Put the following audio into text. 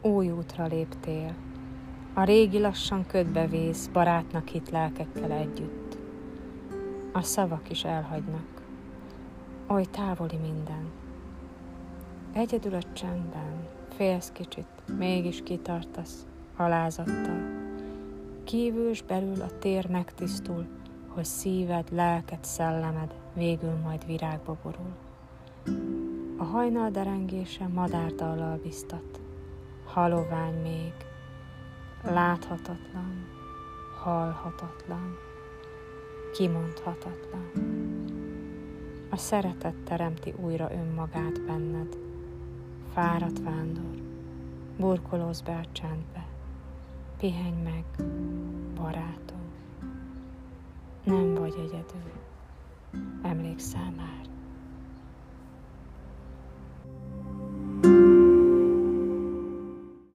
Új útra léptél. A régi lassan ködbe vész, barátnak hitt lelkekkel együtt. A szavak is elhagynak. Oly távoli minden. Egyedül a csendben, félsz kicsit, mégis kitartasz, alázattal. Kívül s belül a tér megtisztul, hogy szíved, lelked, szellemed végül majd virágba borul. A hajnal derengése madárdallal biztat, halovány még, láthatatlan, hallhatatlan, kimondhatatlan. A szeretet teremti újra önmagát benned, fáradt vándor, burkolózz be a csendbe, pihenj meg, barátom, nem vagy egyedül, emlékszel már.